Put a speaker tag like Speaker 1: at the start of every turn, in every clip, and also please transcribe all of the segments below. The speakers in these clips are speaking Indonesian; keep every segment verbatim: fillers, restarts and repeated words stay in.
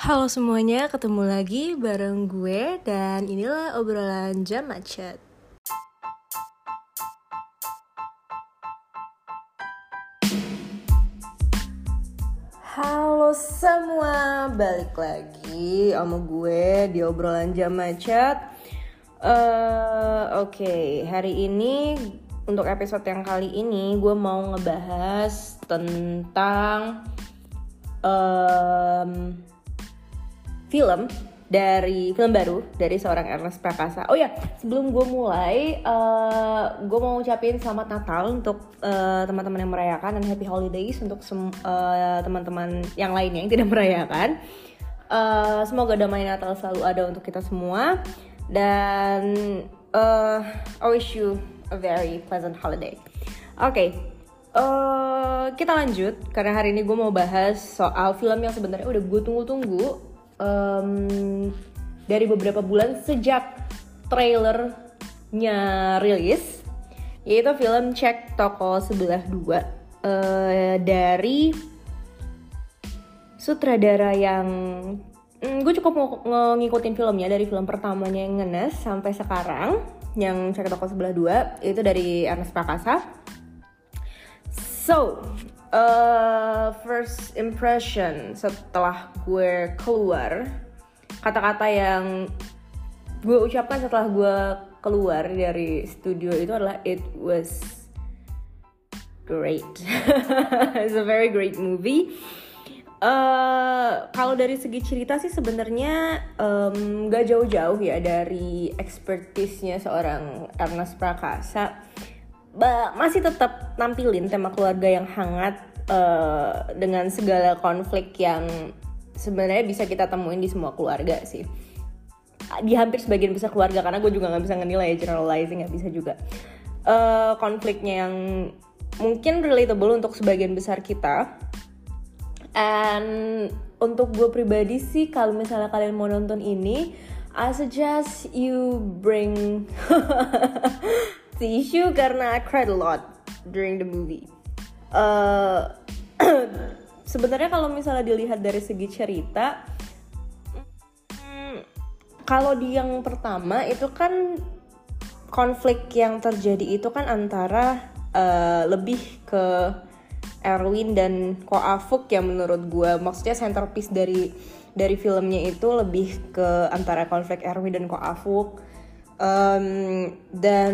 Speaker 1: Halo semuanya, ketemu lagi bareng gue dan inilah obrolan jam macet. Halo semua, balik lagi sama gue di obrolan jam macet. Uh, Oke, okay. Hari ini untuk episode yang kali ini gue mau ngebahas tentang um, film dari film baru dari seorang Ernest Prakasa. Oh ya, sebelum gue mulai, uh, gue mau ucapin selamat Natal untuk uh, teman-teman yang merayakan dan Happy Holidays untuk sem- uh, teman-teman yang lainnya yang tidak merayakan. Uh, semoga damai Natal selalu ada untuk kita semua dan uh, I wish you a very pleasant holiday. Oke. Okay. Uh, kita lanjut karena hari ini gue mau bahas soal film yang sebenarnya udah gue tunggu-tunggu. Um, dari beberapa bulan sejak trailernya rilis, yaitu film Cek Toko Sebelah Dua uh, dari sutradara yang mm, gue cukup mau ngikutin filmnya dari film pertamanya yang ngenes sampai sekarang yang Cek Toko Sebelah Dua, itu dari Ernest Prakasa. So Uh, first impression setelah gue keluar, kata-kata yang gue ucapkan setelah gue keluar dari studio itu adalah it was great. It's a very great movie. Uh, kalau dari segi cerita sih sebenarnya um, gak jauh-jauh ya dari expertise-nya seorang Ernest Prakasa. Ba, masih tetap nampilin tema keluarga yang hangat uh, dengan segala konflik yang sebenarnya bisa kita temuin di semua keluarga sih, di hampir sebagian besar keluarga, karena gue juga nggak bisa ngenilai, generalizing nggak bisa juga. Uh, konfliknya yang mungkin relatable untuk sebagian besar kita. And untuk gue pribadi sih, kalau misalnya kalian mau nonton ini, I suggest you bring tissue karena I cried a lot during the movie. Uh, Sebenarnya kalau misalnya dilihat dari segi cerita, hmm, kalau di yang pertama itu kan konflik yang terjadi itu kan antara uh, lebih ke Erwin dan Ko Afuk ya menurut gue. Maksudnya centerpiece dari dari filmnya itu lebih ke antara konflik Erwin dan Ko Afuk. Um, dan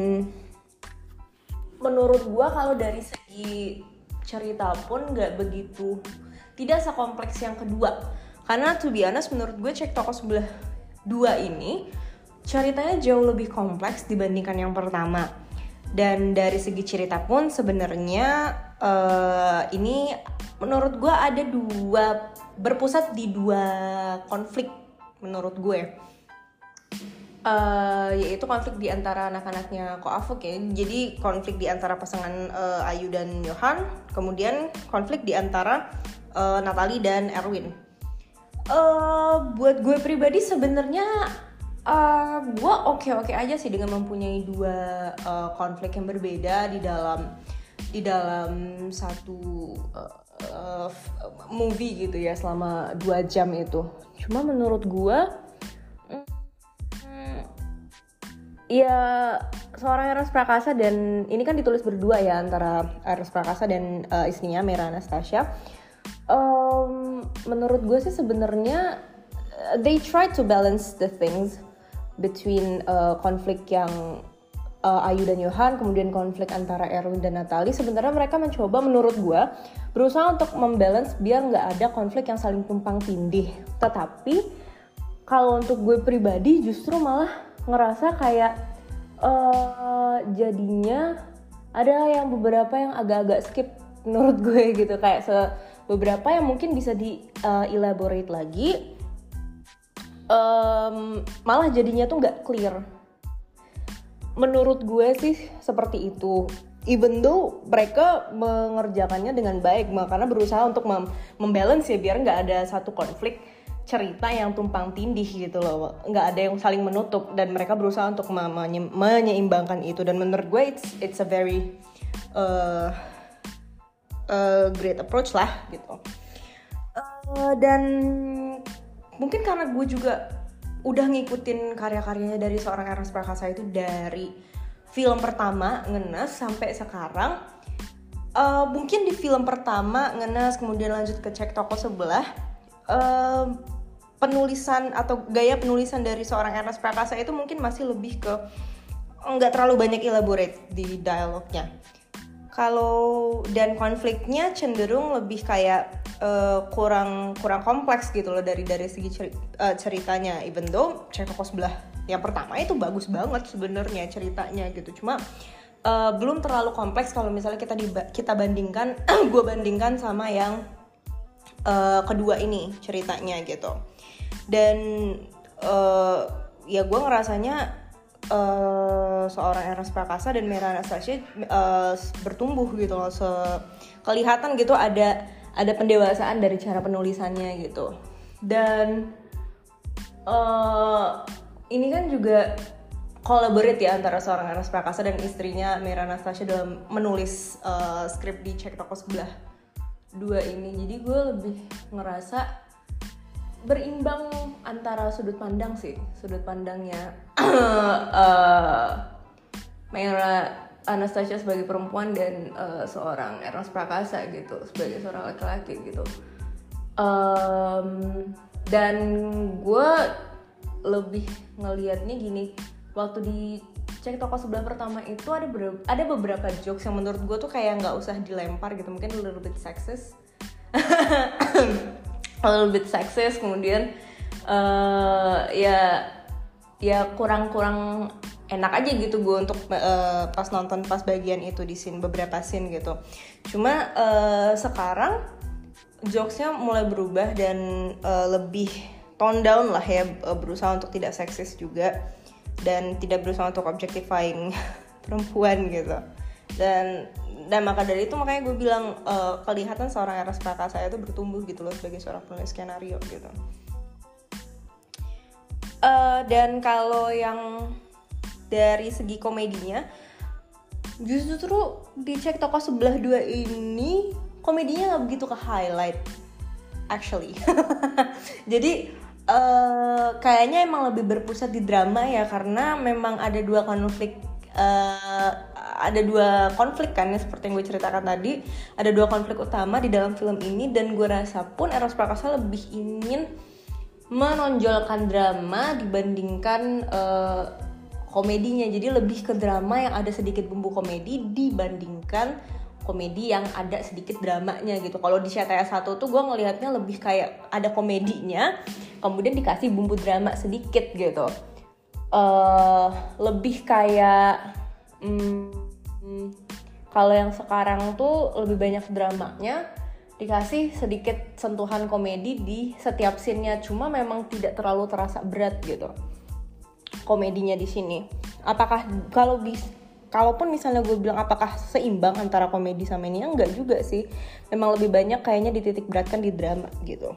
Speaker 1: menurut gue kalau dari segi cerita pun nggak begitu, tidak sekompleks yang kedua, karena to be honest menurut gue Cek Toko Sebelah Dua ini ceritanya jauh lebih kompleks dibandingkan yang pertama. Dan dari segi cerita pun sebenarnya uh, ini menurut gue ada dua, berpusat di dua konflik menurut gue. Uh, yaitu konflik di antara anak-anaknya Ko Afuk ya. Jadi konflik di antara pasangan uh, Ayu dan Johan, kemudian konflik di antara uh, Natalie dan Erwin. Uh, buat gue pribadi sebenarnya uh, gue oke-oke aja sih dengan mempunyai dua uh, konflik yang berbeda di dalam di dalam satu uh, uh, movie gitu ya selama dua jam itu. Cuma menurut gue ya, seorang Ernest Prakasa, dan ini kan ditulis berdua ya antara Ernest Prakasa dan uh, istrinya Mira Anastasia. Um, menurut gue sih sebenarnya uh, they try to balance the things between uh, konflik yang uh, Ayu dan Johan, kemudian konflik antara Erwin dan Natalie. Sebenarnya mereka mencoba, menurut gue, berusaha untuk membalance biar nggak ada konflik yang saling tumpang tindih. Tetapi kalau untuk gue pribadi justru malah ngerasa kayak uh, jadinya ada yang beberapa yang agak-agak skip menurut gue gitu, kayak se- beberapa yang mungkin bisa di uh, elaborate lagi, um, malah jadinya tuh nggak clear. Menurut gue sih seperti itu. Even though mereka mengerjakannya dengan baik, karena berusaha untuk mem- membalance ya biar nggak ada satu konflik cerita yang tumpang tindih gitu loh, nggak ada yang saling menutup, dan mereka berusaha untuk menye- menyeimbangkan itu. Dan menurut gue it's it's a very uh, uh, great approach lah gitu. Uh, dan
Speaker 2: mungkin karena gue juga udah ngikutin karya-karyanya dari seorang Ernest Prakasa itu dari film pertama Ngenes sampai sekarang. Uh, mungkin di film pertama Ngenes kemudian lanjut ke Cek Toko Sebelah, uh, penulisan atau gaya penulisan dari seorang Ernest Prakasa itu mungkin masih lebih ke nggak terlalu banyak elaborate di dialognya. Kalau dan konfliknya cenderung lebih kayak uh, kurang kurang kompleks gitu loh dari dari segi ceri, uh, ceritanya. Even though Cek Toko Sebelah yang pertama itu bagus banget sebenarnya ceritanya gitu. Cuma Uh, belum terlalu kompleks kalau misalnya kita diba- kita bandingkan, gue bandingkan sama yang uh, kedua ini ceritanya gitu. Dan uh, ya gue ngerasanya uh, seorang Ernest Prakasa dan Mira Anastasia uh, bertumbuh gitu loh, se- kelihatan gitu ada ada pendewasaan dari cara penulisannya gitu. Dan uh, ini kan juga collaborate ya antara seorang Ernest Prakasa dan istrinya Mira Anastasia dalam menulis uh, skrip di Cek Toko Sebelah dua ini. Jadi gue lebih ngerasa berimbang antara sudut pandang sih, sudut pandangnya uh, Mira Anastasia sebagai perempuan dan uh, seorang Ernest Prakasa gitu sebagai seorang laki-laki gitu. Um, dan gue lebih ngelihatnya gini. Waktu di Cek Toko Sebelah pertama itu ada ber- ada beberapa jokes yang menurut gue tuh kayak nggak usah dilempar gitu, mungkin a little bit sexist, a little bit sexist, kemudian uh, ya ya kurang-kurang enak aja gitu gue untuk uh, pas nonton pas bagian itu di scene beberapa scene gitu. Cuma uh, sekarang jokesnya mulai berubah dan uh, lebih tone down lah ya, berusaha untuk tidak seksis juga dan tidak berusaha untuk objectifying perempuan gitu. Dan dan maka dari itu makanya gue bilang uh, kelihatan seorang Ernest Prakasa itu bertumbuh gitu loh sebagai seorang penulis skenario gitu. Uh, dan kalau yang dari segi komedinya, justru di Cek Toko Sebelah dua ini komedinya nggak begitu ke highlight actually. Jadi Uh, kayaknya emang lebih berpusat di drama ya, karena memang ada dua konflik uh, ada dua konflik kan ya, seperti yang gue ceritakan tadi, ada dua konflik utama di dalam film ini. Dan gue rasa pun Ernest Prakasa lebih ingin menonjolkan drama dibandingkan uh, komedinya. Jadi lebih ke drama yang ada sedikit bumbu komedi dibandingkan komedi yang ada sedikit dramanya gitu. Kalau di C T S satu tuh gue ngelihatnya lebih kayak ada komedinya, kemudian dikasih bumbu drama sedikit gitu. Uh, lebih kayak hmm, hmm, kalau yang sekarang tuh lebih banyak dramanya, dikasih sedikit sentuhan komedi di setiap scene-nya. Cuma memang tidak terlalu terasa berat gitu komedinya di sini. Apakah kalau bis Kalaupun misalnya gue bilang apakah seimbang antara komedi sama ini, enggak juga sih. Memang lebih banyak kayaknya dititik beratkan di drama gitu.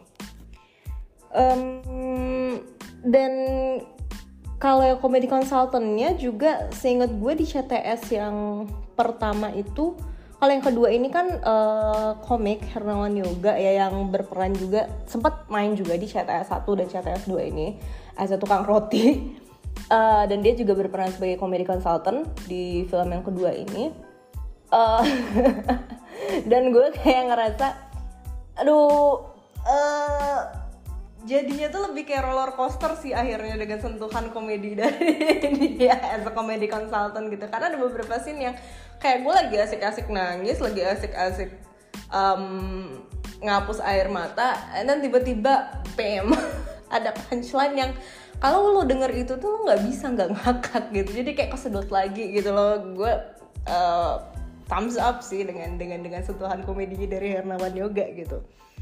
Speaker 2: Um, dan kalau yang komedi konsultannya juga, seingat gue di C T S yang pertama itu, kalau yang kedua ini kan uh, komik Hernawan Yoga ya, yang berperan juga, sempat main juga di C T S satu dan C T S dua ini as a tukang roti. Uh, dan dia juga berperan sebagai comedy consultant di film yang kedua ini. Uh, dan gue kayak ngerasa, aduh, uh, jadinya tuh lebih kayak roller coaster sih akhirnya dengan sentuhan komedi dari dia as a comedy consultant gitu. Karena ada beberapa scene yang kayak gue lagi asik-asik nangis, lagi asik-asik um, ngapus air mata, dan tiba-tiba bam, ada punchline yang kalau lo denger itu tuh lo nggak bisa nggak ngakak gitu. Jadi kayak kesedot lagi gitu loh. Gue uh, thumbs up sih dengan dengan dengan sentuhan komedinya dari Hernawan Yoga gitu.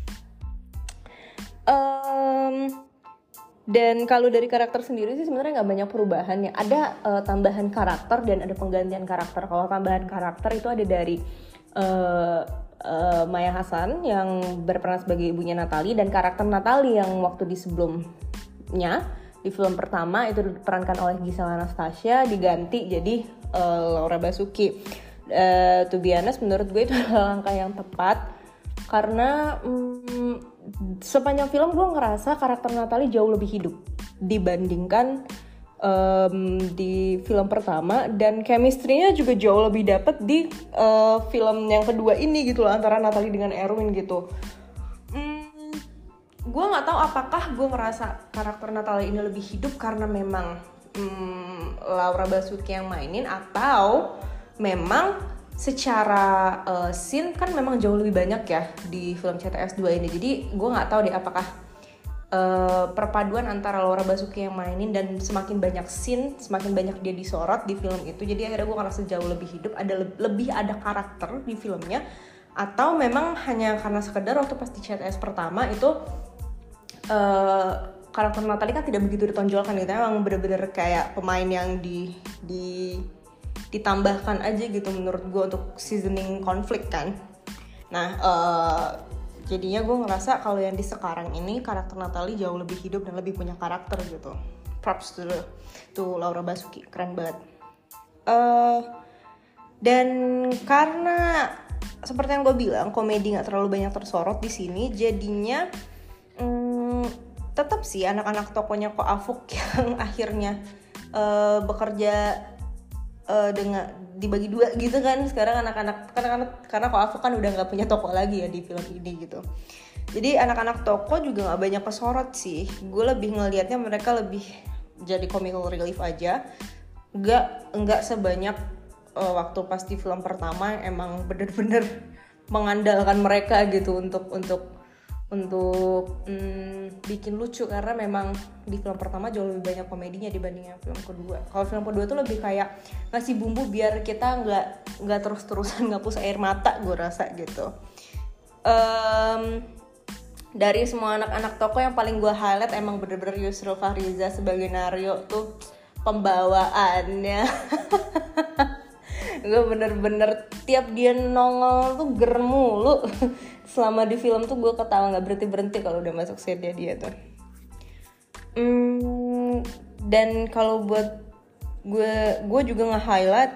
Speaker 2: Um, dan kalau dari karakter sendiri sih sebenarnya nggak banyak perubahan ya. Ada uh, tambahan karakter dan ada penggantian karakter. Kalau tambahan karakter itu ada dari uh, uh, Maya Hasan yang berperan sebagai ibunya Natali, dan karakter Natali yang waktu di sebelumnya di film pertama itu diperankan oleh Gisela Anastasia diganti jadi uh, Laura Basuki. Uh, to be honest, menurut gue itu adalah langkah yang tepat karena um,
Speaker 1: sepanjang film gue ngerasa karakter Natalie jauh lebih hidup dibandingkan um, di film pertama, dan chemistry-nya juga jauh lebih dapet di uh, film yang kedua ini gitu loh, antara Natalie dengan Erwin gitu. Hmm, gue nggak tahu apakah gue ngerasa karakter Natalie ini lebih hidup karena memang hmm, Laura Basuki yang mainin, atau memang secara uh, scene kan memang jauh lebih banyak ya di film C T S dua ini. Jadi gue nggak tahu deh apakah uh, perpaduan antara Laura Basuki yang mainin dan semakin banyak scene, semakin banyak dia disorot di film itu, jadi akhirnya gue ngerasa jauh lebih hidup, ada le- lebih ada karakter di filmnya, atau memang hanya karena sekedar waktu pas di C T S pertama itu uh, karakter Natalie kan tidak begitu ditonjolkan gitu, emang bener-bener kayak pemain yang di di ditambahkan aja gitu menurut gue untuk seasoning konflik kan. Nah uh, jadinya gue ngerasa kalau yang di sekarang ini karakter Natalie jauh lebih hidup dan lebih punya karakter gitu. Props to, to Laura Basuki, keren banget. Uh, dan karena seperti yang gue bilang komedi nggak terlalu banyak tersorot di sini, jadinya um, tetap sih anak-anak tokonya Ko Afuk yang akhirnya uh, bekerja Uh, dengan dibagi dua gitu kan. Sekarang anak-anak karena karena Ko Afuk kan udah nggak punya toko lagi ya di film ini gitu. Jadi anak-anak toko juga nggak banyak kesorot sih. Gue lebih ngelihatnya mereka lebih jadi comical relief aja. Nggak nggak sebanyak uh, waktu pas di film pertama emang bener-bener mengandalkan mereka gitu untuk untuk untuk hmm, bikin lucu, karena memang di film pertama jauh lebih banyak komedinya dibanding yang film kedua. Kalau film kedua tuh lebih kayak ngasih bumbu biar kita nggak nggak terus-terusan ngapus air mata, gue rasa gitu. Um, dari semua anak-anak toko yang paling gue highlight emang bener-bener Yusril Fahriza sebagai Naryo tuh, pembawaannya. Gue bener-bener tiap dia nongol tuh ger mulu. Selama di film tuh gue ketawa nggak berhenti-berhenti kalau udah masuk scene dia tuh. Hmm, dan kalau buat gue, gue juga nge-highlight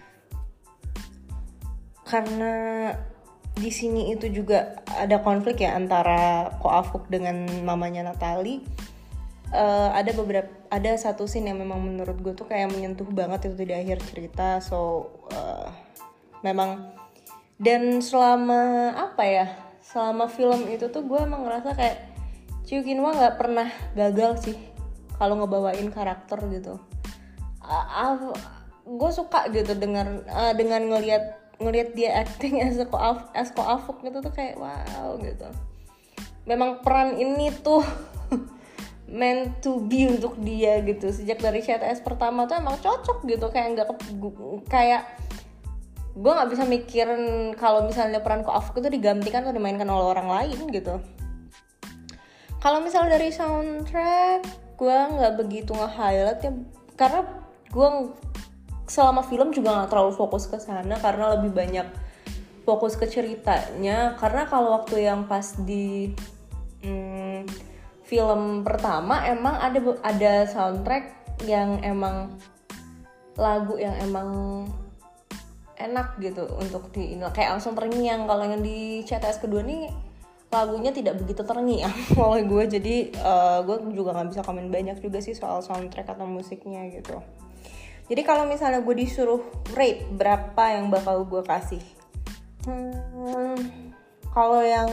Speaker 1: karena di sini itu juga ada konflik ya antara Ko Afuk dengan mamanya Natalie. Uh, ada beberapa ada satu scene yang memang menurut gue tuh kayak menyentuh banget itu di akhir cerita. So uh, memang, dan selama apa ya selama film itu tuh gue emang ngerasa kayak Chiu Kinwa nggak pernah gagal sih kalau ngebawain karakter gitu. Uh, uh, gue suka gitu dengan uh, dengan ngelihat ngelihat dia acting as Ko Afuk, as Ko Afuk gitu tuh kayak wow gitu. Memang peran ini tuh meant to be untuk dia gitu. Sejak dari C T S pertama tuh emang cocok gitu, kayak nggak kayak gue nggak bisa mikirin kalau misalnya peran Ko Afuk itu digantikan atau dimainkan oleh orang lain gitu. Kalau misalnya dari soundtrack gue nggak begitu nge-highlight ya, karena gue selama film juga nggak terlalu fokus ke sana karena lebih banyak fokus ke ceritanya. Karena kalau waktu yang pas di hmm, film pertama emang ada ada soundtrack yang emang lagu yang emang enak gitu untuk di kayak langsung terngiang. Kalau yang di C T S kedua nih lagunya tidak begitu terngiang oleh gue, jadi uh, gue juga nggak bisa komen banyak juga sih soal soundtrack atau musiknya gitu. Jadi kalau misalnya gue disuruh rate berapa yang bakal gue kasih, hmm, kalau yang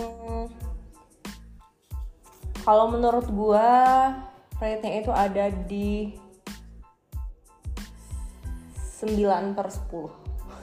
Speaker 1: kalau menurut gue rate-nya itu ada di sembilan per sepuluh.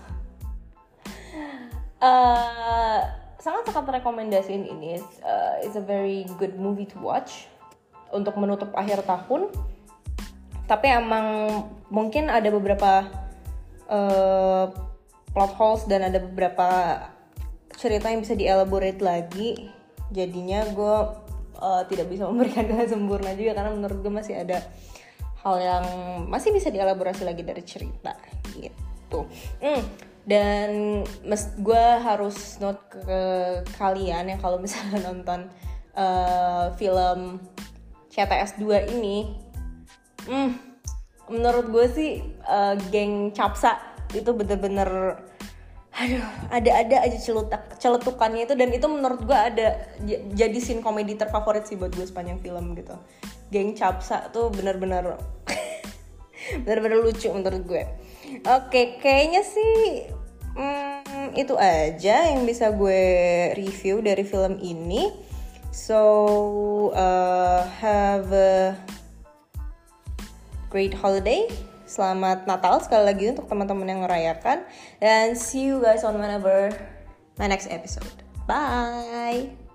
Speaker 1: uh, sangat-sangat rekomendasiin ini. Uh, it's a very good movie to watch untuk menutup akhir tahun. Tapi emang mungkin ada beberapa uh, plot holes dan ada beberapa cerita yang bisa dielaborate lagi. Jadinya gue uh, tidak bisa memberikan dengan sempurna juga karena menurut gue masih ada hal yang masih bisa dielaborasi lagi dari cerita gitu. Hmm. Dan mes, gue harus note ke kalian yang kalau misalnya nonton uh, film C T S dua ini, hmm, menurut gue sih uh, geng Capsa itu bener-bener
Speaker 2: aduh, ada-ada aja celutak celetukannya itu, dan itu menurut gue ada j- jadi scene komedi terfavorit sih buat gue sepanjang film gitu. Geng Capsa tuh bener-bener bener-bener lucu menurut gue. Oke, kayaknya sih hmm, itu aja yang bisa gue review dari film ini. So uh, have a great holiday. Selamat Natal sekali lagi untuk teman-teman yang merayakan. Dan see you guys on whenever my next episode. Bye!